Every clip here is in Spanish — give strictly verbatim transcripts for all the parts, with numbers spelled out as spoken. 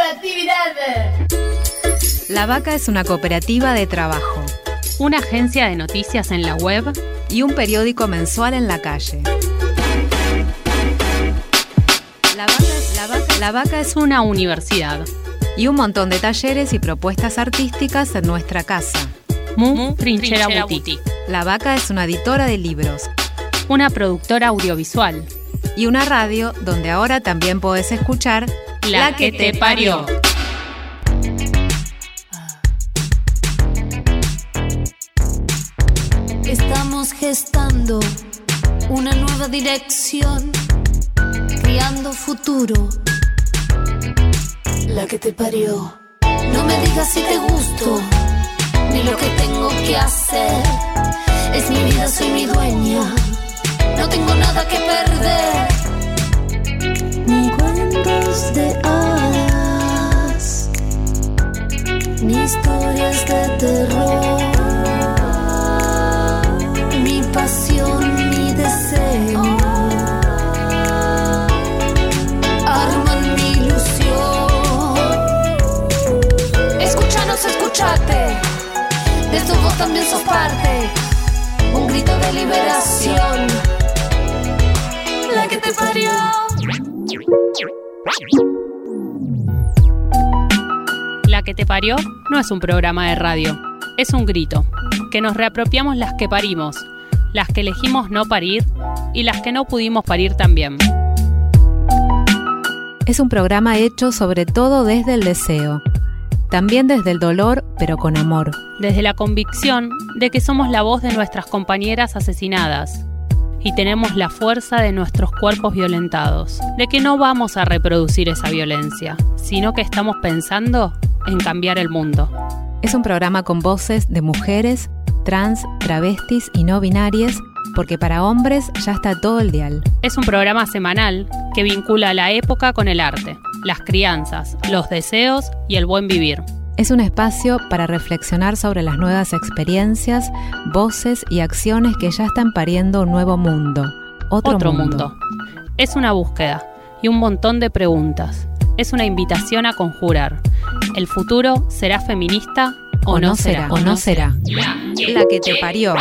cooperatividad. La Vaca es una cooperativa de trabajo, una agencia de noticias en la web y un periódico mensual en la calle. La Vaca, la Vaca, La Vaca es una universidad y un montón de talleres y propuestas artísticas en nuestra casa. Mu Trinchera Boutique. La Vaca es una editora de libros, una productora audiovisual y una radio donde ahora también podés escuchar La, la que, que te parió. Estamos gestando una nueva dirección, criando futuro. La que te parió. No me digas si te gusto, ni lo que tengo que hacer. Es mi vida, soy mi dueña. No tengo nada que perder. Ni cuentos de hadas, ni historias de terror. Mi pasión, mi deseo arman mi ilusión. Escúchanos, escúchate. De esto vos también sos parte. Un grito de liberación. La que te parió. La que te parió no es un programa de radio, es un grito, que nos reapropiamos las que parimos, las que elegimos no parir y las que no pudimos parir también. Es un programa hecho sobre todo desde el deseo, también desde el dolor, pero con amor. Desde la convicción de que somos la voz de nuestras compañeras asesinadas y tenemos la fuerza de nuestros cuerpos violentados, de que no vamos a reproducir esa violencia, sino que estamos pensando en cambiar el mundo. Es un programa con voces de mujeres, trans, travestis y no binarias, porque para hombres ya está todo el dial. Es un programa semanal que vincula la época con el arte, las crianzas, los deseos y el buen vivir. Es un espacio para reflexionar sobre las nuevas experiencias, voces y acciones que ya están pariendo un nuevo mundo. Otro, Otro mundo. mundo. Es una búsqueda y un montón de preguntas. Es una invitación a conjurar. ¿El futuro será feminista o, o no, no será? será? O no será. La que te parió.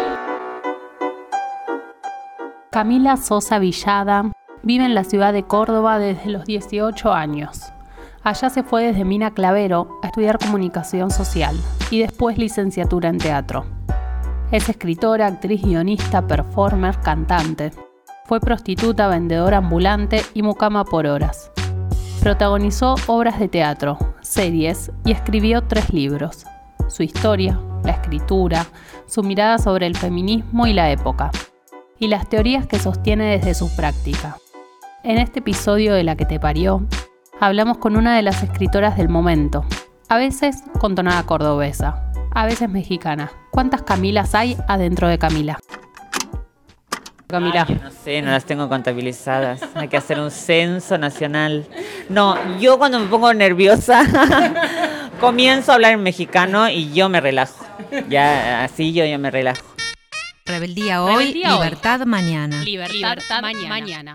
Camila Sosa Villada vive en la ciudad de Córdoba desde los dieciocho años. Allá se fue desde Mina Clavero a estudiar comunicación social y después licenciatura en teatro. Es escritora, actriz, guionista, performer, cantante. Fue prostituta, vendedora ambulante y mucama por horas. Protagonizó obras de teatro, series y escribió tres libros. Su historia, la escritura, su mirada sobre el feminismo y la época, y las teorías que sostiene desde su práctica. En este episodio de La que te parió, hablamos con una de las escritoras del momento, a veces con tonada cordobesa, a veces mexicana. ¿Cuántas Camilas hay adentro de Camila? Camila. Ay, yo no sé, no las tengo contabilizadas. Hay que hacer un censo nacional. No, yo cuando me pongo nerviosa comienzo a hablar en mexicano y yo me relajo. Ya así yo, yo me relajo. Rebeldía hoy, Rebeldía libertad hoy. mañana. Libertad, libertad mañana. mañana.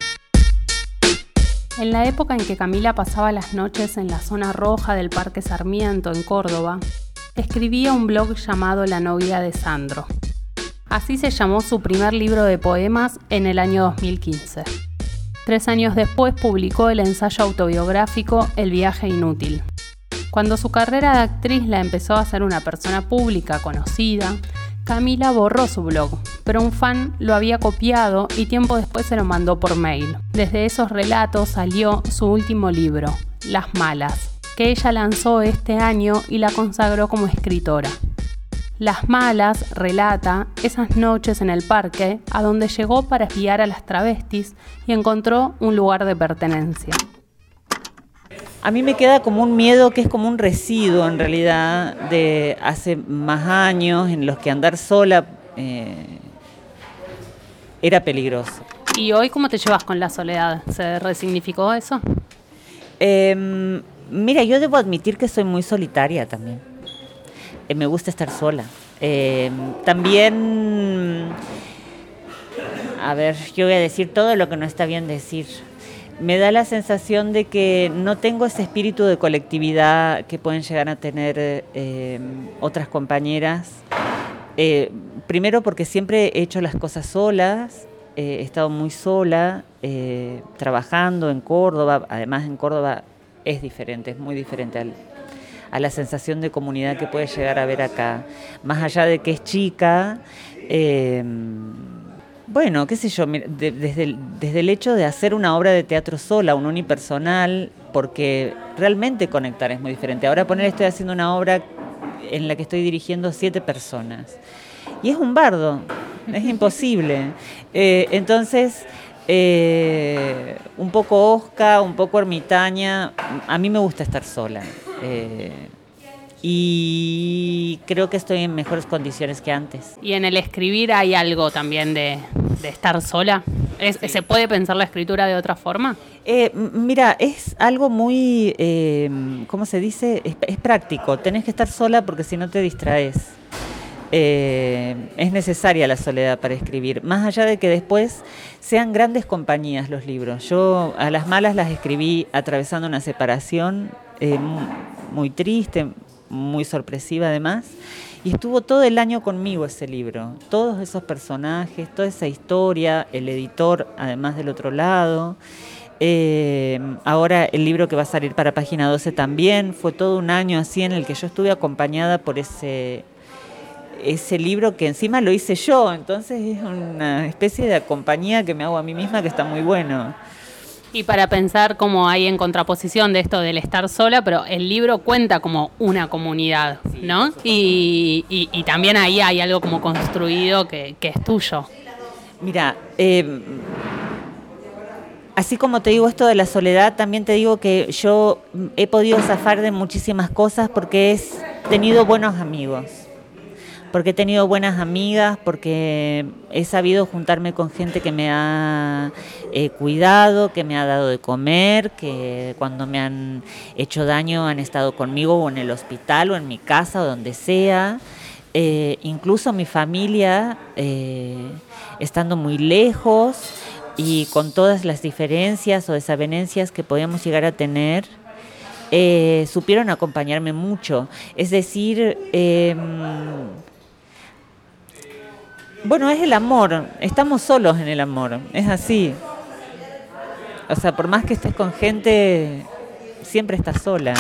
En la época en que Camila pasaba las noches en la zona roja del Parque Sarmiento, en Córdoba, escribía un blog llamado La novia de Sandro. Así se llamó su primer libro de poemas en el año dos mil quince. Tres años después publicó el ensayo autobiográfico El viaje inútil. Cuando su carrera de actriz la empezó a hacer una persona pública conocida, Camila borró su blog, pero un fan lo había copiado y tiempo después se lo mandó por mail. Desde esos relatos salió su último libro, Las Malas, que ella lanzó este año y la consagró como escritora. Las Malas relata esas noches en el parque a donde llegó para espiar a las travestis y encontró un lugar de pertenencia. A mí me queda como un miedo que es como un residuo en realidad de hace más años en los que andar sola eh, era peligroso. ¿Y hoy cómo te llevas con la soledad? ¿Se resignificó eso? Eh, mira, yo debo admitir que soy muy solitaria también. Eh, me gusta estar sola. Eh, también, a ver, yo voy a decir todo lo que no está bien decir. me da la sensación de que no tengo ese espíritu de colectividad que pueden llegar a tener eh, otras compañeras. Eh, primero porque siempre he hecho las cosas solas, eh, he estado muy sola, eh, trabajando en Córdoba. Además, en Córdoba es diferente, es muy diferente al, a la sensación de comunidad que puede llegar a haber acá. Más allá de que es chica, eh, bueno, qué sé yo, de, desde, el, desde el hecho de hacer una obra de teatro sola, un unipersonal, porque realmente conectar es muy diferente. Ahora poner, estoy haciendo una obra en la que estoy dirigiendo siete personas. Y es un bardo, es imposible. Eh, entonces, eh, un poco hosca, un poco ermitaña. A mí me gusta estar sola. Eh, y creo que estoy en mejores condiciones que antes. ¿Y en el escribir hay algo también de, de estar sola? ¿Es, sí. ¿Se puede pensar la escritura de otra forma? Eh, mira, es algo muy, eh, ¿cómo se dice? Es, es práctico. Tenés que estar sola porque si no te distraes. Eh, es necesaria la soledad para escribir, más allá de que después sean grandes compañías los libros. Yo a las malas las escribí atravesando una separación eh, muy triste, muy sorpresiva además, y estuvo todo el año conmigo ese libro, todos esos personajes, toda esa historia, el editor además del otro lado. Eh, ahora el libro que va a salir para Página doce también, fue todo un año así en el que yo estuve acompañada por ese... ese libro que encima lo hice yo, entonces es una especie de compañía que me hago a mí misma que está muy bueno. Y para pensar cómo hay en contraposición de esto del estar sola, pero el libro cuenta como una comunidad, ¿no? Y, y, y también ahí hay algo como construido que, que es tuyo. Mira, eh, así como te digo esto de la soledad, también te digo que yo he podido zafar de muchísimas cosas porque he tenido buenos amigos. Porque he tenido buenas amigas, porque he sabido juntarme con gente que me ha eh, cuidado, que me ha dado de comer, que cuando me han hecho daño han estado conmigo o en el hospital o en mi casa o donde sea. Eh, incluso mi familia, eh, estando muy lejos y con todas las diferencias o desavenencias que podíamos llegar a tener, eh, supieron acompañarme mucho. Es decir... Eh, Bueno, es el amor, estamos solos en el amor, es así. O sea, por más que estés con gente, siempre estás sola.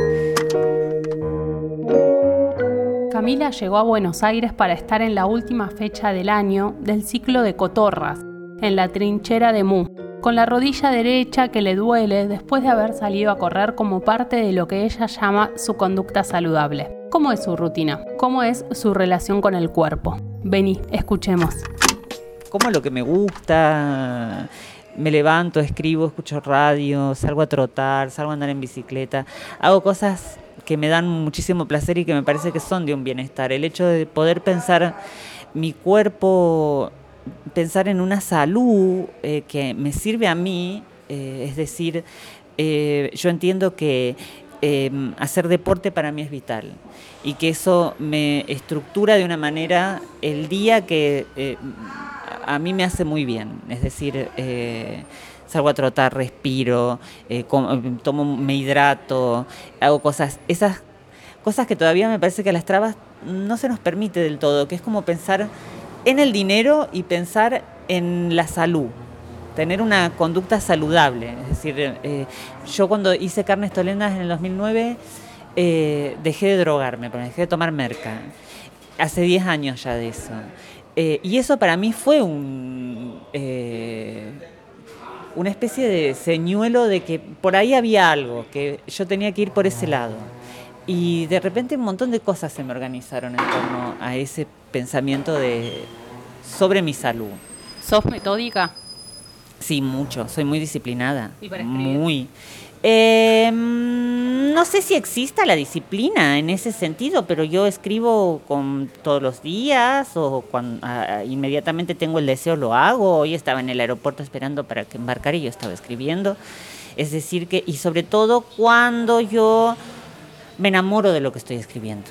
Camila llegó a Buenos Aires para estar en la última fecha del año del ciclo de Cotorras, en la trinchera de Mu, con la rodilla derecha que le duele después de haber salido a correr como parte de lo que ella llama su conducta saludable. ¿Cómo es su rutina? ¿Cómo es su relación con el cuerpo? Vení, escuchemos. Como lo que me gusta, me levanto, escribo, escucho radio, salgo a trotar, salgo a andar en bicicleta, hago cosas que me dan muchísimo placer y que me parece que son de un bienestar. El hecho de poder pensar mi cuerpo, pensar en una salud eh, que me sirve a mí, eh, es decir, eh, yo entiendo que Eh, hacer deporte para mí es vital y que eso me estructura de una manera el día que eh, a mí me hace muy bien, es decir, eh, salgo a trotar, respiro, eh, com- tomo, me hidrato, hago cosas, esas cosas que todavía me parece que a las trabas no se nos permite del todo, que es como pensar en el dinero y pensar en la salud. Tener una conducta saludable, es decir, eh, yo cuando hice Carnes Tolendas en el dos mil nueve eh, dejé de drogarme, dejé de tomar merca, hace diez años ya de eso, eh, y eso para mí fue un, eh, una especie de señuelo de que por ahí había algo, que yo tenía que ir por ese lado, y de repente un montón de cosas se me organizaron en torno a ese pensamiento de, sobre mi salud. ¿Sos metódica? Sí, mucho. Soy muy disciplinada. ¿Y para escribir? Muy. Eh, no sé si exista la disciplina en ese sentido, pero yo escribo con todos los días o cuando uh, inmediatamente tengo el deseo lo hago. Hoy estaba en el aeropuerto esperando para que embarcara y yo estaba escribiendo. Es decir que, y sobre todo cuando yo me enamoro de lo que estoy escribiendo.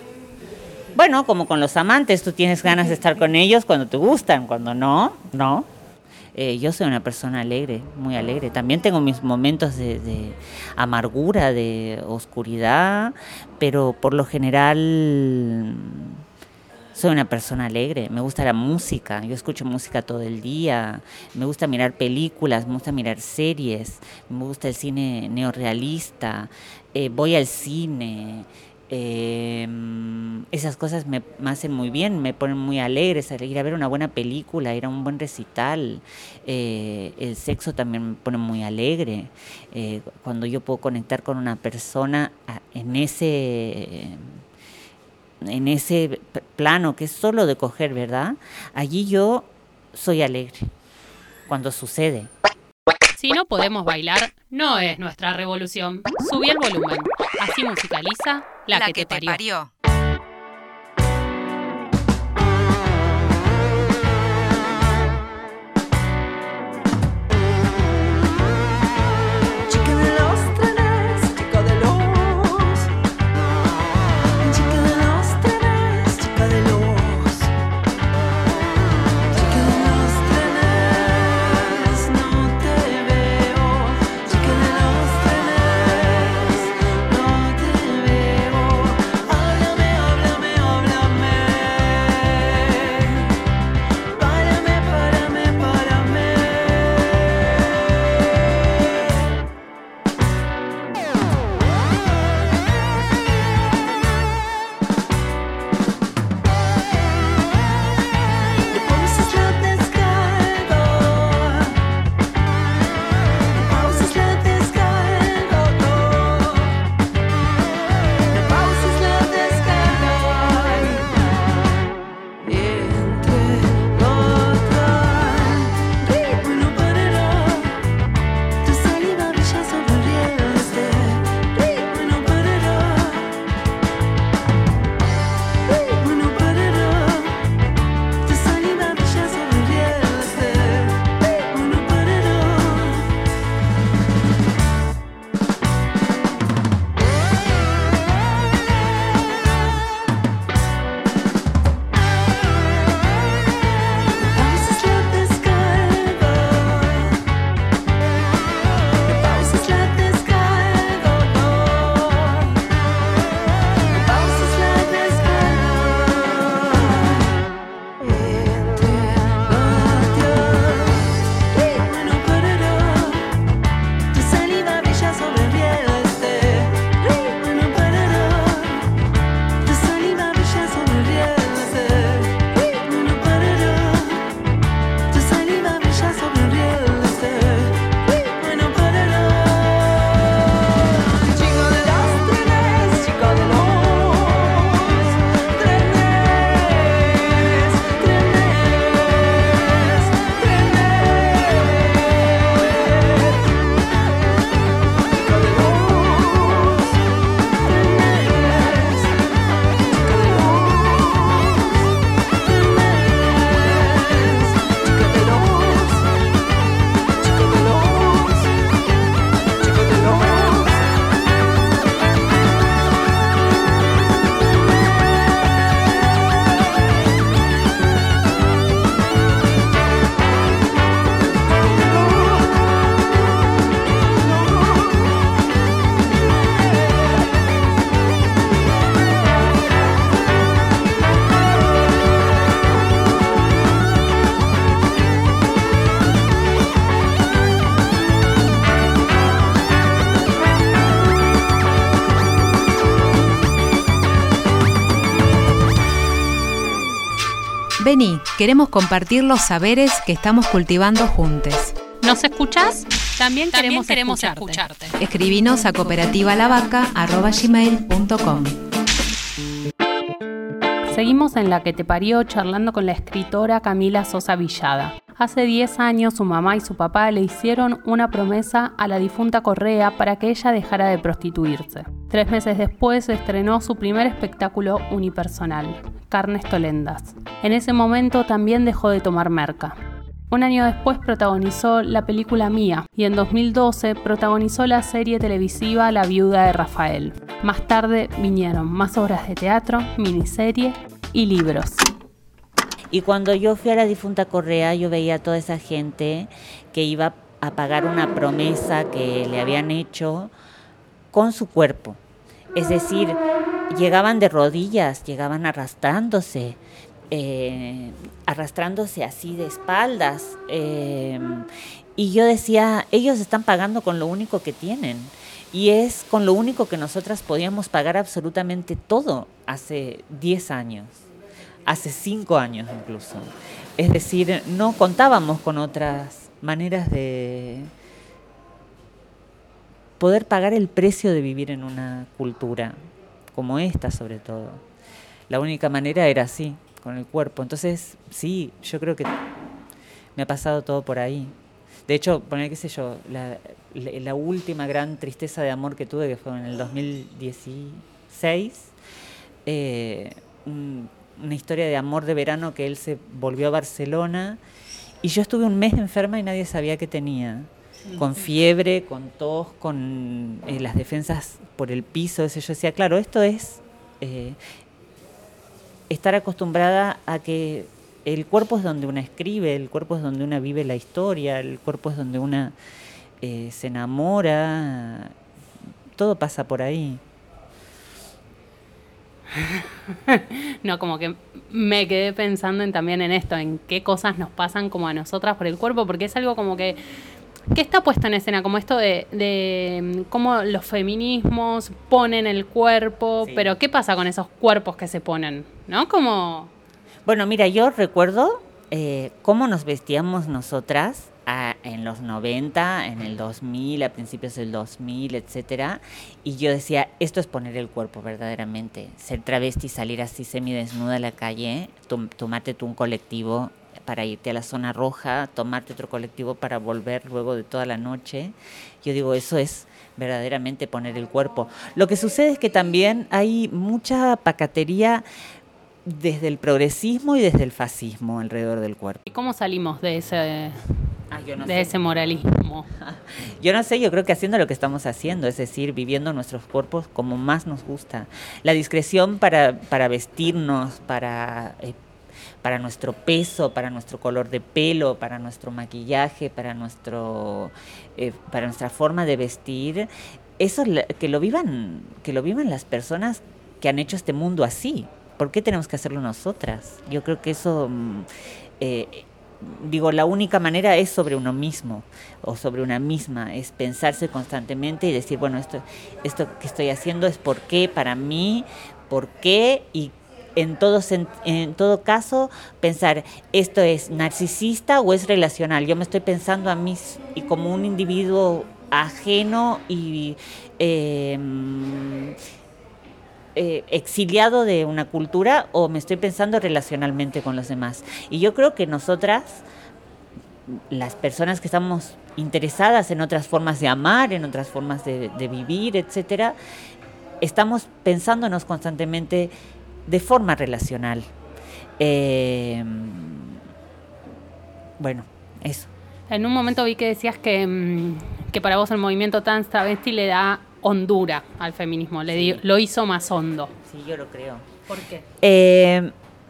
Bueno, como con los amantes, tú tienes ganas de estar con ellos cuando te gustan, cuando no, no. Eh, yo soy una persona alegre, muy alegre. También tengo mis momentos de, de amargura, de oscuridad, pero por lo general soy una persona alegre. Me gusta la música, yo escucho música todo el día, me gusta mirar películas, me gusta mirar series, me gusta el cine neorrealista, eh, voy al cine. Eh, esas cosas me, me hacen muy bien, me ponen muy alegre, ir a ver una buena película, ir a un buen recital. Eh, el sexo también me pone muy alegre. Eh, cuando yo puedo conectar con una persona en ese, en ese plano que es solo de coger, ¿verdad? Allí yo soy alegre cuando sucede. Si no podemos bailar, no es nuestra revolución. Subí el volumen. Así musicaliza La, la que, que te parió. parió. Vení, queremos compartir los saberes que estamos cultivando juntos. ¿Nos escuchás? También, También queremos, queremos escucharte. escucharte. Escribinos a cooperativalabaca arroba gmail punto com. Seguimos en La que te parió charlando con la escritora Camila Sosa Villada. Hace diez años su mamá y su papá le hicieron una promesa a la difunta Correa para que ella dejara de prostituirse. Tres meses después estrenó su primer espectáculo unipersonal, Carnes Tolendas. En ese momento también dejó de tomar merca. Un año después protagonizó la película Mía y en dos mil doce protagonizó la serie televisiva La viuda de Rafael. Más tarde vinieron más obras de teatro, miniserie y libros. Y cuando yo fui a la difunta Correa, yo veía a toda esa gente que iba a pagar una promesa que le habían hecho con su cuerpo. Es decir, llegaban de rodillas, llegaban arrastrándose, eh, arrastrándose así de espaldas. Eh, y yo decía, ellos están pagando con lo único que tienen. Y es con lo único que nosotras podíamos pagar absolutamente todo hace diez años, hace cinco años incluso. Es decir, no contábamos con otras maneras de poder pagar el precio de vivir en una cultura como esta, sobre todo. La única manera era así, con el cuerpo. Entonces, sí, yo creo que me ha pasado todo por ahí. De hecho, poner, qué sé yo, la, la, la última gran tristeza de amor que tuve, que fue en el dos mil dieciséis, eh, un, una historia de amor de verano, que él se volvió a Barcelona y yo estuve un mes enferma y nadie sabía qué tenía. Con fiebre, con tos, con eh, las defensas por el piso. Eso. Yo decía, claro, esto es eh, estar acostumbrada a que el cuerpo es donde una escribe, el cuerpo es donde una vive la historia, el cuerpo es donde una eh, se enamora, todo pasa por ahí. No, como que me quedé pensando en, también en esto, en qué cosas nos pasan como a nosotras por el cuerpo, porque es algo como que que está puesto en escena, como esto de, de cómo los feminismos ponen el cuerpo, sí. Pero ¿qué pasa con esos cuerpos que se ponen? ¿No? Como... Bueno, mira, yo recuerdo eh, cómo nos vestíamos nosotras a, en los noventa, en el dos mil, a principios del dos mil, etcétera, y yo decía, esto es poner el cuerpo verdaderamente, ser travesti, salir así semidesnuda a la calle, tom, tomarte tú un colectivo para irte a la zona roja, tomarte otro colectivo para volver luego de toda la noche. Yo digo, eso es verdaderamente poner el cuerpo. Lo que sucede es que también hay mucha pacatería desde el progresismo y desde el fascismo alrededor del cuerpo. ¿Y cómo salimos de ese, ah, yo no de sé. ese moralismo? Yo no sé, yo creo que haciendo lo que estamos haciendo, es decir, viviendo nuestros cuerpos como más nos gusta. La discreción para, para vestirnos, para... Eh, para nuestro peso, para nuestro color de pelo, para nuestro maquillaje, para nuestro eh, para nuestra forma de vestir, eso que lo vivan, que lo vivan las personas que han hecho este mundo así. ¿Por qué tenemos que hacerlo nosotras? Yo creo que eso eh, digo, la única manera es sobre uno mismo o sobre una misma, es pensarse constantemente y decir, bueno, esto esto que estoy haciendo es por qué, para mí, por qué, y En todo, en todo caso, pensar, ¿esto es narcisista o es relacional? Yo me estoy pensando a mí y como un individuo ajeno y eh, eh, exiliado de una cultura, o me estoy pensando relacionalmente con los demás. Y yo creo que nosotras, las personas que estamos interesadas en otras formas de amar, en otras formas de, de vivir, etcétera, estamos pensándonos constantemente de forma relacional. Eh, bueno, eso. En un momento vi que decías que, que para vos el movimiento trans travesti le da hondura al feminismo, le sí. dio, lo hizo más hondo. Sí, yo lo creo. ¿Por qué? Eh,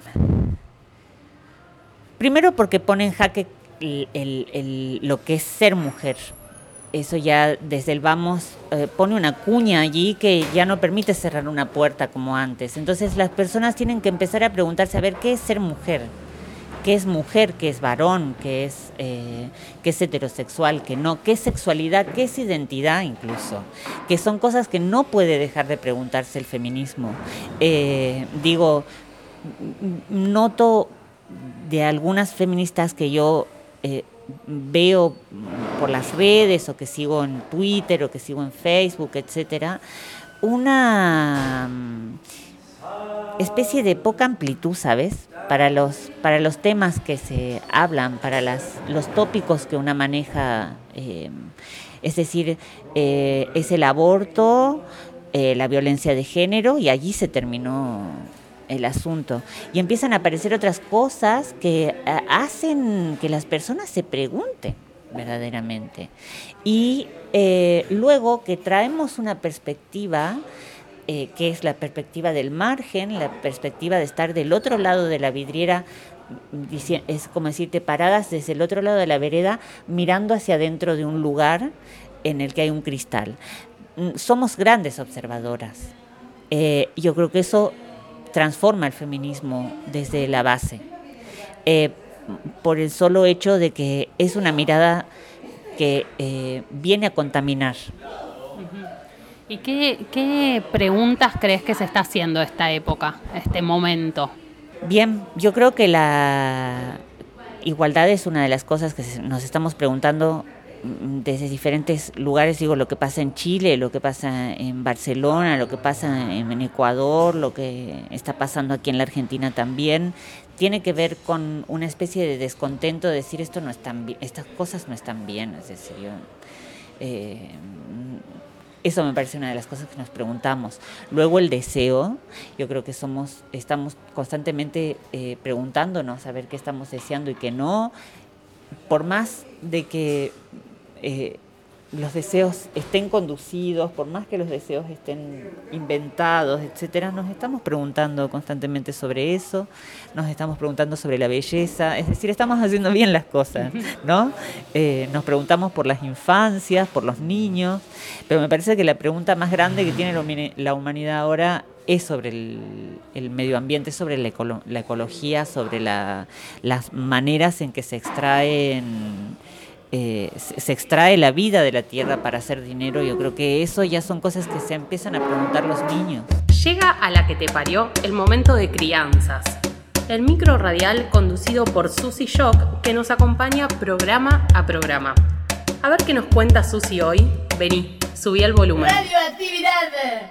primero porque pone en jaque el, el, el, lo que es ser mujer. Eso ya desde el vamos eh, pone una cuña allí que ya no permite cerrar una puerta como antes. Entonces las personas tienen que empezar a preguntarse, a ver, ¿qué es ser mujer? ¿Qué es mujer? ¿Qué es varón? ¿Qué es, eh, qué es heterosexual? ¿Qué no? ¿Qué es sexualidad? ¿Qué es identidad incluso? Que son cosas que no puede dejar de preguntarse el feminismo. Eh, digo, noto de algunas feministas que yo... Eh, veo por las redes o que sigo en Twitter o que sigo en Facebook, etcétera, una especie de poca amplitud, ¿sabes? Para los para los temas que se hablan, para las los tópicos que una maneja, eh, es decir, eh, es el aborto, eh, la violencia de género, y allí se terminó el asunto, y empiezan a aparecer otras cosas que uh, hacen que las personas se pregunten verdaderamente, y eh, luego que traemos una perspectiva eh, que es la perspectiva del margen, la perspectiva de estar del otro lado de la vidriera, es como decirte, paradas desde el otro lado de la vereda, mirando hacia adentro de un lugar en el que hay un cristal. Somos grandes observadoras. Eh, yo creo que eso transforma el feminismo desde la base, eh, por el solo hecho de que es una mirada que eh, viene a contaminar. ¿Y qué, qué preguntas crees que se está haciendo esta época, este momento? Bien, yo creo que la igualdad es una de las cosas que nos estamos preguntando desde diferentes lugares. Digo, lo que pasa en Chile, lo que pasa en Barcelona, lo que pasa en Ecuador, lo que está pasando aquí en la Argentina también, tiene que ver con una especie de descontento de decir esto no están bien, estas cosas no están bien. Es decir, yo, eh, eso me parece una de las cosas que nos preguntamos. Luego el deseo, yo creo que somos, estamos constantemente eh, preguntándonos a ver qué estamos deseando y qué no, por más de que eh, los deseos estén conducidos, por más que los deseos estén inventados, etcétera, nos estamos preguntando constantemente sobre eso, nos estamos preguntando sobre la belleza, es decir, estamos haciendo bien las cosas, ¿no? Eh, nos preguntamos por las infancias, por los niños, pero me parece que la pregunta más grande que tiene la humanidad ahora es sobre el, el medio ambiente, sobre la, ecolo- la ecología, sobre la, las maneras en que se extraen... Eh, se, se extrae la vida de la tierra para hacer dinero. Yo creo que eso ya son cosas que se empiezan a preguntar los niños. Llega a la que te parió el momento de crianzas. El micro radial conducido por Susi Shock, que nos acompaña programa a programa. A ver qué nos cuenta Susi hoy. Vení, subí el volumen. ¡Radioactividad!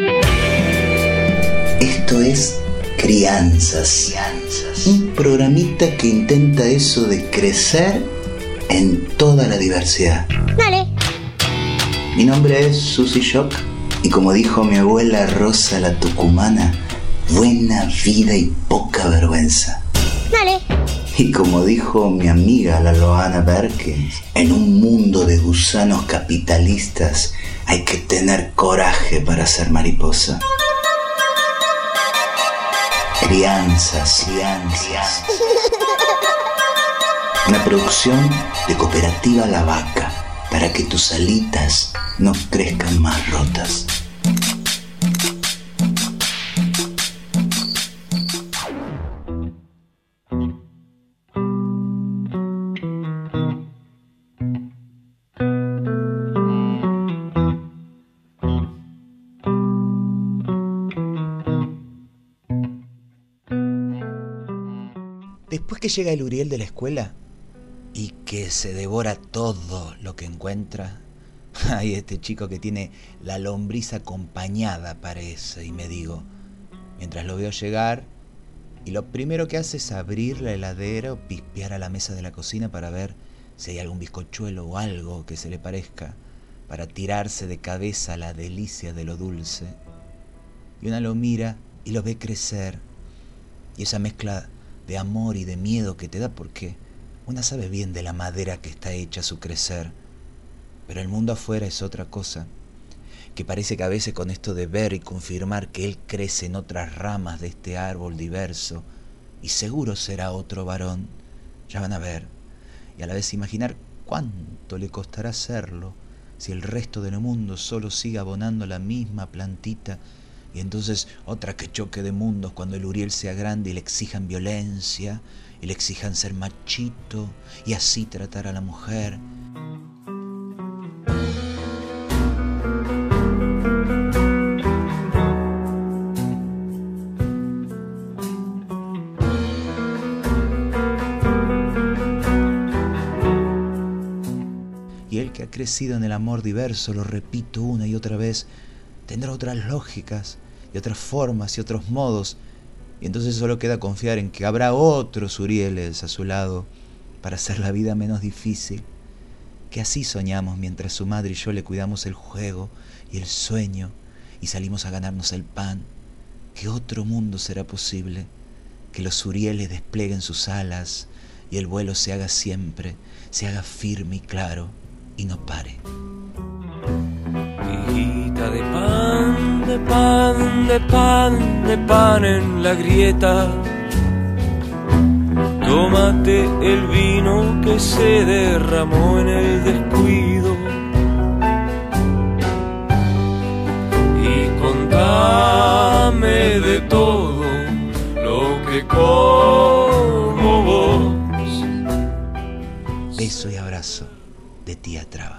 Esto es Crianzas. Crianzas. Un programita que intenta eso de crecer en toda la diversidad. Dale. Mi nombre es Susi Shock y como dijo mi abuela Rosa la Tucumana, buena vida y poca vergüenza. Dale. Y como dijo mi amiga la Loana Perkins, en un mundo de gusanos capitalistas hay que tener coraje para ser mariposa. Crianzas, crianzas. Una producción de Cooperativa La Vaca, para que tus alitas no crezcan más rotas. Después que llega el Uriel de la escuela y que se devora todo lo que encuentra, hay este chico que tiene la lombriz acompañada, parece, y me digo, mientras lo veo llegar, y lo primero que hace es abrir la heladera o pispear a la mesa de la cocina para ver si hay algún bizcochuelo o algo que se le parezca, para tirarse de cabeza a la delicia de lo dulce. Y una lo mira y lo ve crecer, y esa mezcla de amor y de miedo que te da, porque una sabe bien de la madera que está hecha a su crecer, pero el mundo afuera es otra cosa, que parece que a veces con esto de ver y confirmar que él crece en otras ramas de este árbol diverso, y seguro será otro varón, ya van a ver, y a la vez imaginar cuánto le costará hacerlo, si el resto del mundo solo sigue abonando la misma plantita, y entonces otra que choque de mundos cuando el Uriel sea grande y le exijan violencia, y le exijan ser machito, y así tratar a la mujer. Y el que ha crecido en el amor diverso, lo repito una y otra vez, tendrá otras lógicas y otras formas y otros modos, y entonces solo queda confiar en que habrá otros Urieles a su lado para hacer la vida menos difícil, que así soñamos mientras su madre y yo le cuidamos el juego y el sueño y salimos a ganarnos el pan, que otro mundo será posible, que los Urieles desplieguen sus alas y el vuelo se haga siempre, se haga firme y claro y no pare. Hijita de pan de pan, de pan, de pan en la grieta. Tómate el vino que se derramó en el descuido y contame de todo lo que como vos. Beso y abrazo de tía Traba.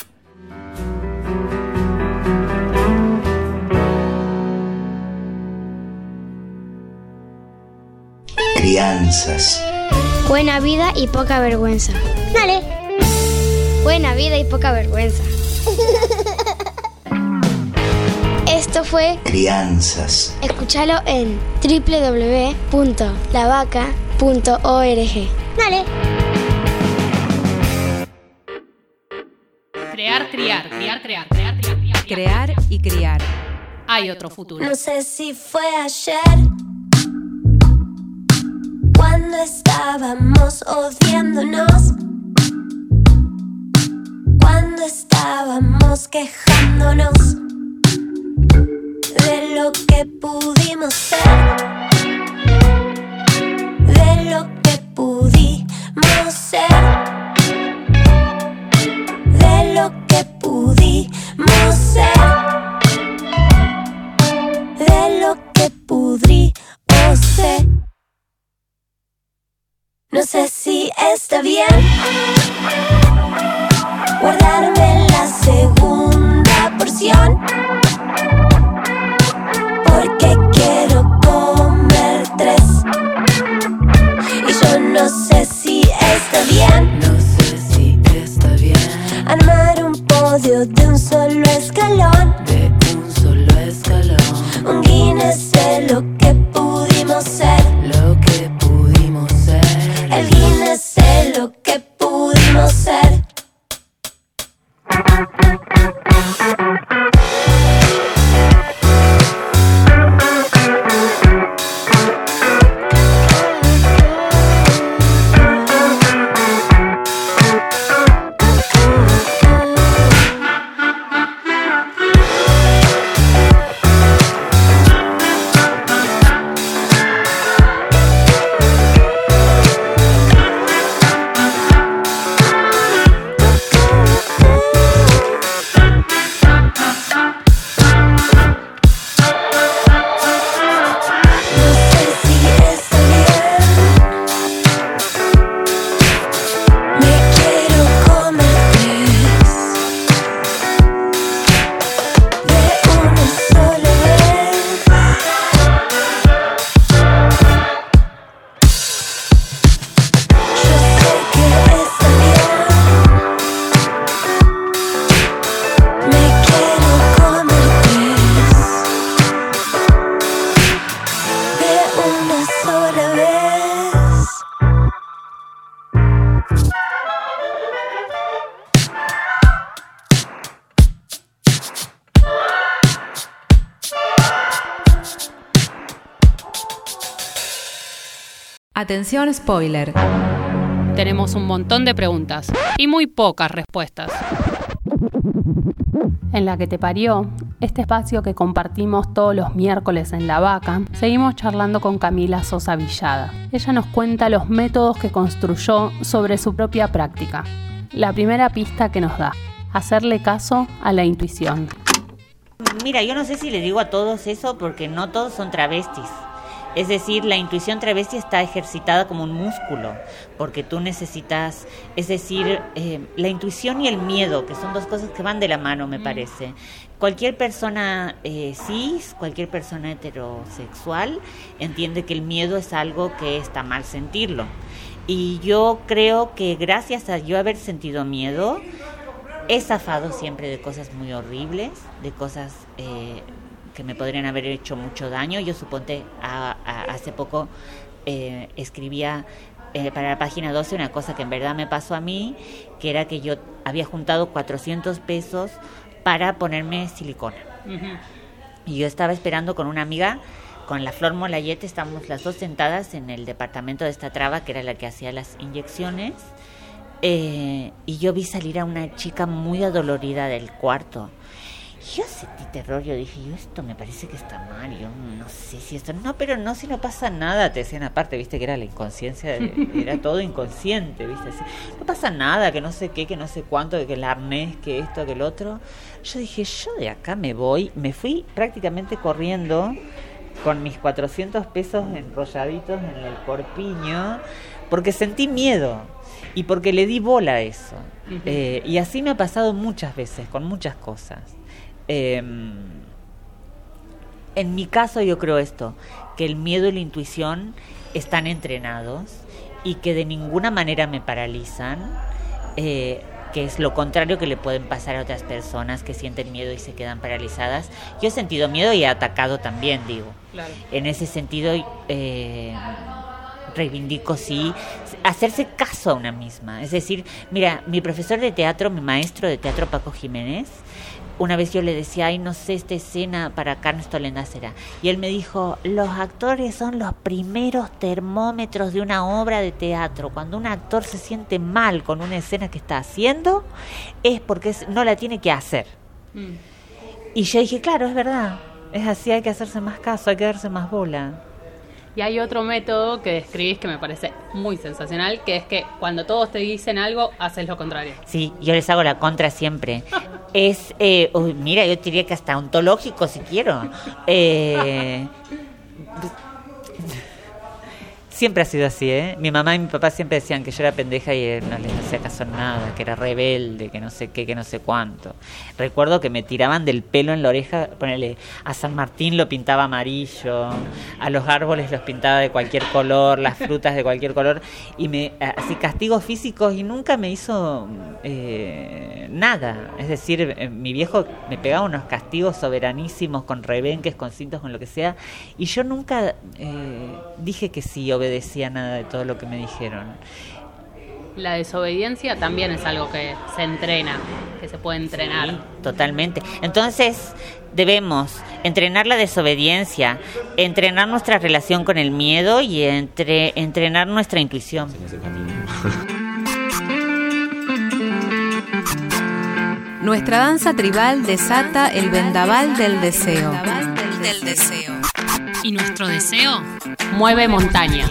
Crianzas. Buena vida y poca vergüenza. Dale. Buena vida y poca vergüenza. Esto fue Crianzas. Escúchalo en doble u doble u doble u punto la vaca punto org. Dale. Crear, criar, criar, crear, crear, criar, criar. Crear y criar. Hay otro futuro. No sé si fue ayer cuando estábamos odiándonos, cuando estábamos quejándonos de lo que pudimos ser, de lo que pudimos ser, de lo que pudimos ser, de lo que pudimos ser. No sé si está bien guardarme la segunda porción, porque quiero comer tres. Y yo no sé si está bien, no sé si está bien armar un podio de un solo escalón, de un solo escalón. Un Guinness de lo que pudimos ser, lo que pudimos ser. El Guinness de lo que pudimos ser. Atención, spoiler. Tenemos un montón de preguntas y muy pocas respuestas. En La que te parió, este espacio que compartimos todos los miércoles en La Vaca, seguimos charlando con Camila Sosa Villada. Ella nos cuenta los métodos que construyó sobre su propia práctica. La primera pista que nos da: hacerle caso a la intuición. Mira, yo no sé si le digo a todos eso porque no todos son travestis. Es decir, la intuición travesti está ejercitada como un músculo, porque tú necesitas, es decir, eh, la intuición y el miedo, que son dos cosas que van de la mano, me parece. Cualquier persona eh, cis, cualquier persona heterosexual, entiende que el miedo es algo que está mal sentirlo. Y yo creo que gracias a yo haber sentido miedo, he zafado siempre de cosas muy horribles, de cosas Eh, que me podrían haber hecho mucho daño. Yo suponte, a, a, hace poco eh, escribía eh, para la página doce una cosa que en verdad me pasó a mí, que era que yo había juntado cuatrocientos pesos para ponerme silicona. Uh-huh. Y yo estaba esperando con una amiga, con la Flor Molayete, estábamos las dos sentadas en el departamento de esta traba, que era la que hacía las inyecciones, eh, y yo vi salir a una chica muy adolorida del cuarto. Yo sentí terror, yo dije, yo esto me parece que está mal, yo no sé si esto... No, pero no, si no pasa nada, te decían aparte, viste que era la inconsciencia, de, era todo inconsciente, viste, así, no pasa nada, que no sé qué, que no sé cuánto, que el arnés, que esto, que el otro. Yo dije, yo de acá me voy, me fui prácticamente corriendo con mis cuatrocientos pesos enrolladitos en el corpiño, porque sentí miedo y porque le di bola a eso. Uh-huh. Eh, y así me ha pasado muchas veces, con muchas cosas. Eh, en mi caso yo creo esto, que el miedo y la intuición están entrenados y que de ninguna manera me paralizan, eh, que es lo contrario que le pueden pasar a otras personas que sienten miedo y se quedan paralizadas. Yo he sentido miedo y he atacado también, digo. Claro. En ese sentido, eh, reivindico, sí, hacerse caso a una misma. Es decir, mira, mi profesor de teatro, mi maestro de teatro, Paco Jiménez, una vez yo le decía, ay, no sé, esta escena para Carnes Tolendácera. Y él me dijo, los actores son los primeros termómetros de una obra de teatro. Cuando un actor se siente mal con una escena que está haciendo, es porque no la tiene que hacer. Mm. Y yo dije, claro, es verdad. Es así, hay que hacerse más caso, hay que darse más bola. Y hay otro método que describís que me parece muy sensacional, que es que cuando todos te dicen algo, haces lo contrario. Sí, yo les hago la contra siempre. Es, eh, uy, mira, yo diría que hasta ontológico si quiero. Eh, siempre ha sido así, ¿eh? Mi mamá y mi papá siempre decían que yo era pendeja y no les hacía caso en nada, que era rebelde, que no sé qué, que no sé cuánto. Recuerdo que me tiraban del pelo en la oreja, ponele, a San Martín lo pintaba amarillo, a los árboles los pintaba de cualquier color, las frutas de cualquier color, y me así castigos físicos, y nunca me hizo eh, nada. Es decir, eh, mi viejo me pegaba unos castigos soberanísimos con rebenques, con cintos, con lo que sea, y yo nunca eh, dije que sí, obedecía nada de todo lo que me dijeron. La desobediencia también es algo que se entrena, que se puede entrenar. Sí, totalmente. Entonces, debemos entrenar la desobediencia, entrenar nuestra relación con el miedo y entre, entrenar nuestra intuición. Nuestra danza tribal desata el vendaval del deseo. Del deseo. Y nuestro deseo mueve montañas.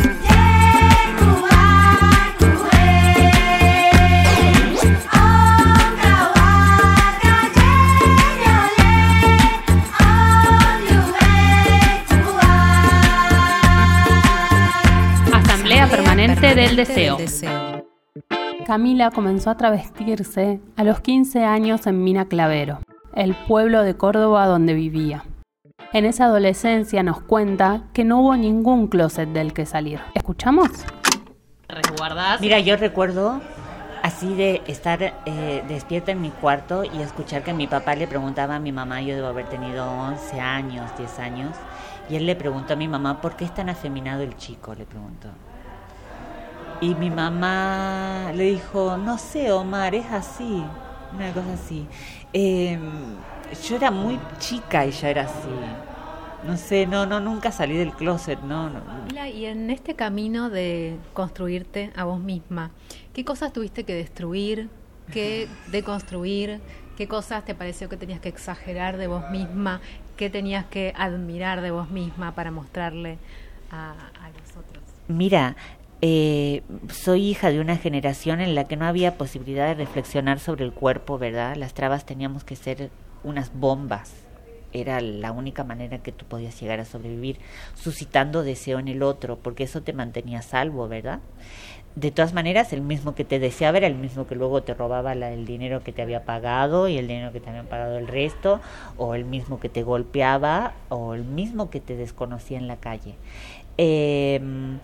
Asamblea Permanente del Deseo. Camila comenzó a travestirse a los quince años en Mina Clavero, el pueblo de Córdoba donde vivía. En esa adolescencia nos cuenta que no hubo ningún closet del que salir. ¿Escuchamos? ¿Resguardás? Mira, yo recuerdo así de estar eh, despierta en mi cuarto y escuchar que mi papá le preguntaba a mi mamá, yo debo haber tenido once años, diez años, y él le preguntó a mi mamá, ¿por qué es tan afeminado el chico?, le preguntó. Y mi mamá le dijo, no sé, Omar, es así, una cosa así. Eh, yo era muy chica y ya era así. No sé, no, no, nunca salí del closet, no, no. Y en este camino de construirte a vos misma, ¿qué cosas tuviste que destruir, qué deconstruir, qué cosas te pareció que tenías que exagerar de vos misma, qué tenías que admirar de vos misma para mostrarle a, a los otros? Mira, eh, soy hija de una generación en la que no había posibilidad de reflexionar sobre el cuerpo, ¿verdad? Las trabas teníamos que ser unas bombas. Era la única manera que tú podías llegar a sobrevivir, suscitando deseo en el otro, porque eso te mantenía salvo, ¿verdad? De todas maneras, el mismo que te deseaba era el mismo que luego te robaba la, el dinero que te había pagado y el dinero que te habían pagado el resto, o el mismo que te golpeaba, o el mismo que te desconocía en la calle. Eh,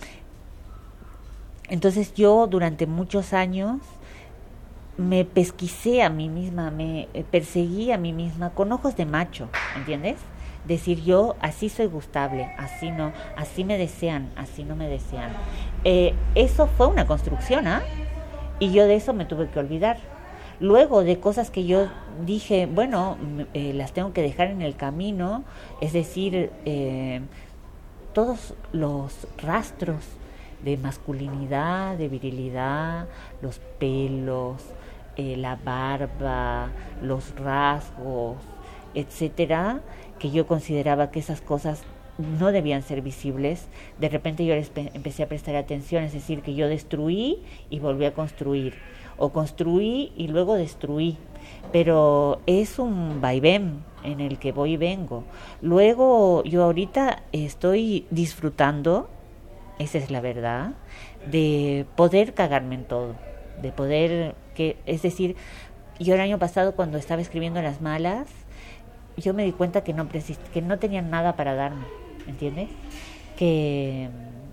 entonces yo durante muchos años me pesquisé a mí misma, me perseguí a mí misma con ojos de macho, ¿entiendes? Decir yo, así soy gustable, así no, así me desean, así no me desean. Eh, eso fue una construcción, ¿ah? ¿eh? Y yo de eso me tuve que olvidar. Luego de cosas que yo dije, bueno, eh, las tengo que dejar en el camino, es decir, eh, todos los rastros de masculinidad, de virilidad, los pelos, eh, la barba, los rasgos, etcétera, que yo consideraba que esas cosas no debían ser visibles, de repente yo les pe- empecé a prestar atención, es decir, que yo destruí y volví a construir, o construí y luego destruí, pero es un vaivén en el que voy y vengo. Luego yo ahorita estoy disfrutando, esa es la verdad, de poder cagarme en todo, de poder, que es decir, yo el año pasado cuando estaba escribiendo Las Malas, yo me di cuenta que no precis- que no tenían nada para darme, ¿entiendes? Que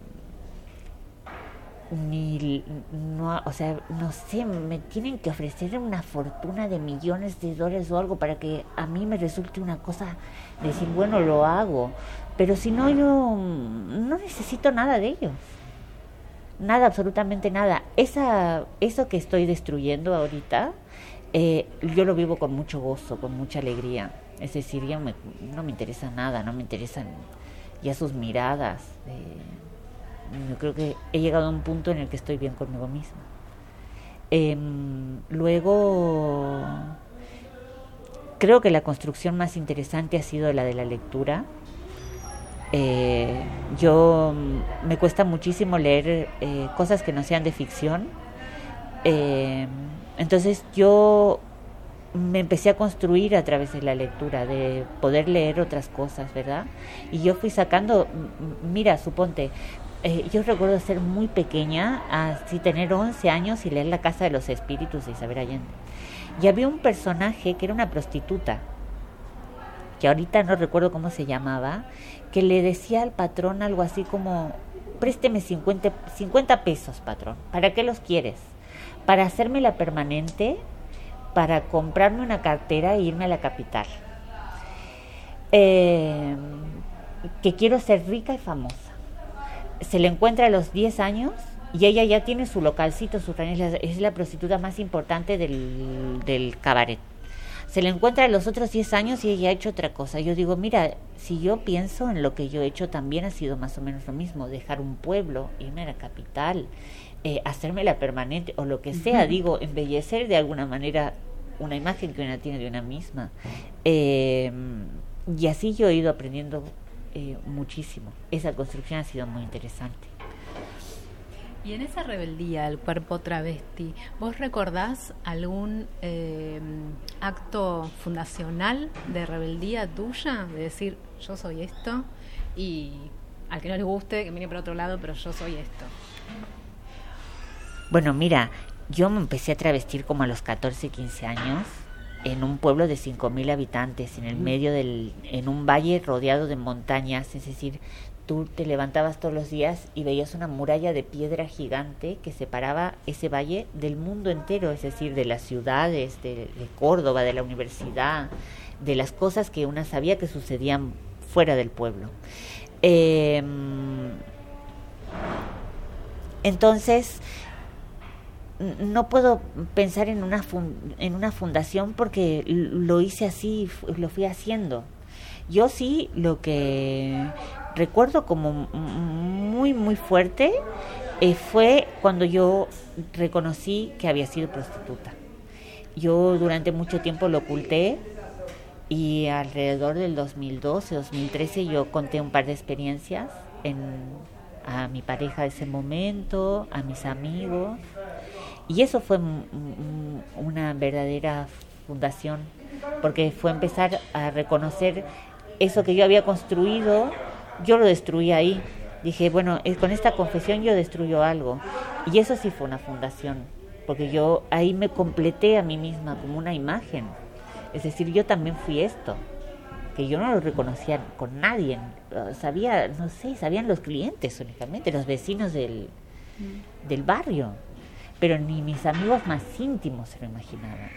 ni no, o sea, no sé, me tienen que ofrecer una fortuna de millones de dólares o algo para que a mí me resulte una cosa, decir, bueno, lo hago, pero si no, yo no necesito nada de ellos, nada, absolutamente nada. Esa, eso que estoy destruyendo ahorita, eh, yo lo vivo con mucho gozo, con mucha alegría. Es decir, ya me, no me interesa nada, no me interesan ya sus miradas. Eh, yo creo que he llegado a un punto en el que estoy bien conmigo misma. Eh, luego, creo que la construcción más interesante ha sido la de la lectura. Eh, yo me cuesta muchísimo leer eh, cosas que no sean de ficción. Eh, entonces yo me empecé a construir a través de la lectura, de poder leer otras cosas, ¿verdad? Y yo fui sacando, mira, suponte, eh, yo recuerdo ser muy pequeña, así tener once años y leer La Casa de los Espíritus de Isabel Allende. Y había un personaje que era una prostituta, que ahorita no recuerdo cómo se llamaba, que le decía al patrón algo así como, présteme cincuenta, cincuenta pesos, patrón, ¿para qué los quieres? Para hacerme la permanente, para comprarme una cartera e irme a la capital. Eh, que quiero ser rica y famosa. Se le encuentra a los diez años y ella ya tiene su localcito, su es la, es la prostituta más importante del, del cabaret. Se le encuentra a los otros diez años y ella ha hecho otra cosa. Yo digo, mira, si yo pienso en lo que yo he hecho, también ha sido más o menos lo mismo. Dejar un pueblo, irme a la capital, eh, hacerme la permanente o lo que sea. Uh-huh. Digo, embellecer de alguna manera una imagen que una tiene de una misma. Eh, y así yo he ido aprendiendo eh, muchísimo. Esa construcción ha sido muy interesante. Y en esa rebeldía del cuerpo travesti, ¿vos recordás algún eh, acto fundacional de rebeldía tuya? De decir, yo soy esto, y al que no le guste, que mire por otro lado, pero yo soy esto. Bueno, mira, yo me empecé a travestir como a los catorce, quince años, en un pueblo de cinco mil habitantes, en el medio del, en un valle rodeado de montañas, es decir, tú te levantabas todos los días y veías una muralla de piedra gigante que separaba ese valle del mundo entero, es decir, de las ciudades, de, de Córdoba, de la universidad, de las cosas que una sabía que sucedían fuera del pueblo. Eh, entonces, no puedo pensar en una, fun- en una fundación porque lo hice así, lo fui haciendo. Yo sí, lo que recuerdo como muy, muy fuerte eh, fue cuando yo reconocí que había sido prostituta. Yo durante mucho tiempo lo oculté y alrededor del dos mil doce, dos mil trece yo conté un par de experiencias en, a mi pareja de ese momento, a mis amigos, y eso fue m- m- una verdadera fundación, porque fue empezar a reconocer eso que yo había construido, yo lo destruí ahí. Dije, bueno, es, con esta confesión yo destruyo algo. Y eso sí fue una fundación, porque yo ahí me completé a mí misma como una imagen. Es decir, yo también fui esto, que yo no lo reconocía con nadie. Sabía, no sé, sabían los clientes únicamente, los vecinos del, mm. del barrio, pero ni mis amigos más íntimos se lo imaginaban.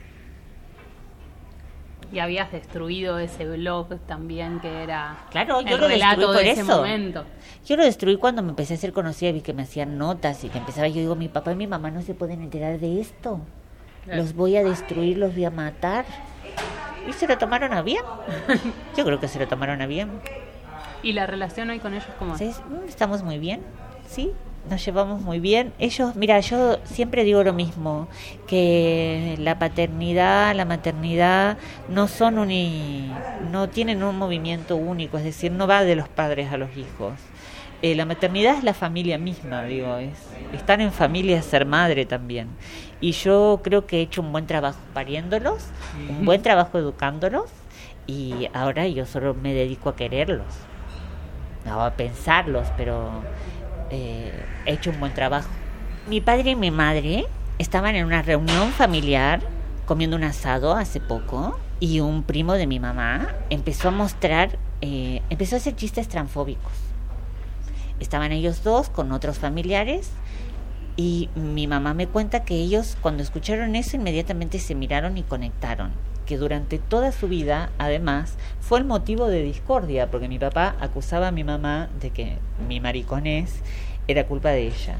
Y habías destruido ese blog también, que era claro, yo el lo relato destruí por de ese eso. momento. Yo lo destruí cuando me empecé a hacer conocida, vi que me hacían notas y que empezaba, yo digo, mi papá y mi mamá no se pueden enterar de esto. Claro. Los voy a destruir, los voy a matar. Y se lo tomaron a bien. Yo creo que se lo tomaron a bien. ¿Y la relación hoy con ellos cómo es? ¿Sí? Estamos muy bien. sí, nos llevamos muy bien. Ellos, mira, yo siempre digo lo mismo, que la paternidad, la maternidad no son uni, no tienen un movimiento único, es decir, no va de los padres a los hijos. Eh, la maternidad es la familia misma, digo, es estar en familia es ser madre también. Y yo creo que he hecho un buen trabajo pariéndolos, un buen trabajo educándolos, y ahora yo solo me dedico a quererlos, no a pensarlos, pero eh, he hecho un buen trabajo. Mi padre y mi madre estaban en una reunión familiar comiendo un asado hace poco, y un primo de mi mamá empezó a mostrar, eh, empezó a hacer chistes transfóbicos. Estaban ellos dos con otros familiares y mi mamá me cuenta que ellos cuando escucharon eso inmediatamente se miraron y conectaron, que durante toda su vida además fue el motivo de discordia, porque mi papá acusaba a mi mamá de que mi mariconés era culpa de ella.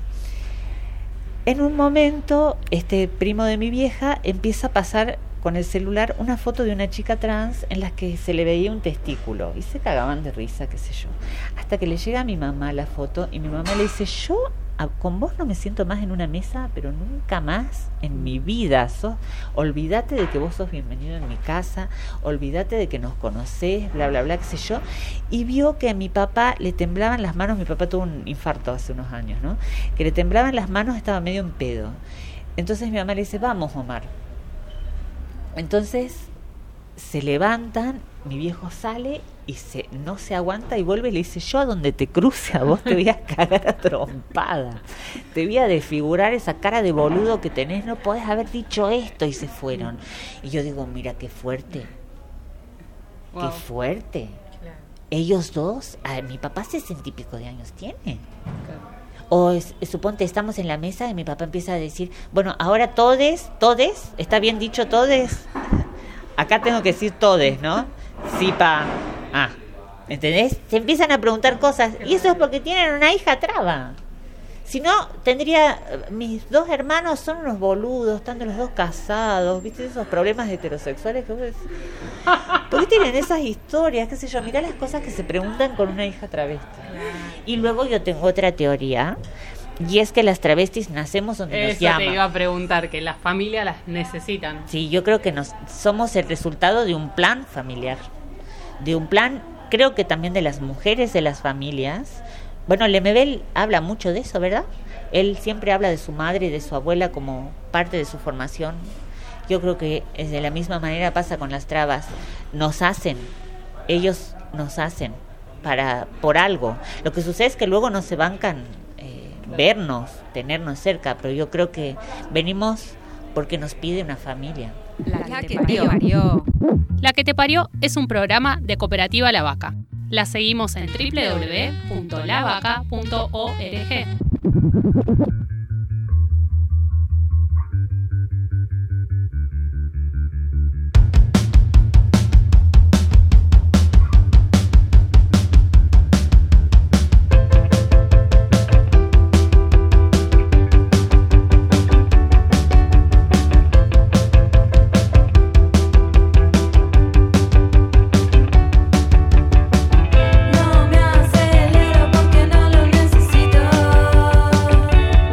En un momento este primo de mi vieja empieza a pasar con el celular una foto de una chica trans en la que se le veía un testículo y se cagaban de risa, qué sé yo, hasta que le llega a mi mamá la foto y mi mamá le dice: yo a, con vos no me siento más en una mesa, pero nunca más en mi vida. Sos, olvídate de que vos sos bienvenido en mi casa, olvídate de que nos conocés, bla bla bla, qué sé yo. Y vio que a mi papá le temblaban las manos. Mi papá tuvo un infarto hace unos años, ¿no? Que le temblaban las manos, estaba medio en pedo. Entonces mi mamá le dice: vamos, Omar. Entonces se levantan, mi viejo sale y se no se aguanta y vuelve y le dice: yo a donde te cruce a vos te voy a cagar a trompada, te voy a desfigurar esa cara de boludo que tenés, no podés haber dicho esto. Y se fueron. Y yo digo: mira qué fuerte, wow. Qué fuerte. Claro. Ellos dos, a, mi papá sesenta y pico de años tiene. Claro. O es, suponte, estamos en la mesa y mi papá empieza a decir: bueno, ahora todes, todes, ¿está bien dicho todes? Acá tengo que decir todes, ¿no? Sí, pa. Ah, ¿entendés? Se empiezan a preguntar cosas y eso es porque tienen una hija traba. Si no, tendría... Mis dos hermanos son unos boludos, estando los dos casados, ¿viste? Esos problemas heterosexuales que vos decís. ¿Por qué tienen esas historias? ¿Qué sé yo? Mirá las cosas que se preguntan con una hija travesti. Y luego yo tengo otra teoría, y es que las travestis nacemos donde Eso nos llaman. Eso te iba a preguntar, que las familias las necesitan. Sí, yo creo que nos somos el resultado de un plan familiar, de un plan, creo que también de las mujeres de las familias. Bueno, Lemebel habla mucho de eso, ¿verdad? Él siempre habla de su madre y de su abuela como parte de su formación. Yo creo que de la misma manera pasa con las trabas. Nos hacen, ellos nos hacen para por algo. Lo que sucede es que luego no se bancan eh, vernos, tenernos cerca, pero yo creo que venimos porque nos pide una familia. La, La que te parió. La que te parió es un programa de Cooperativa La Vaca. La seguimos en doble u doble u doble u punto la vaca punto org. No me acelero porque no lo necesito.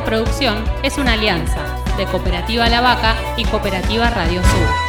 Esta producción es una alianza de Cooperativa La Vaca y Cooperativa Radio Sur.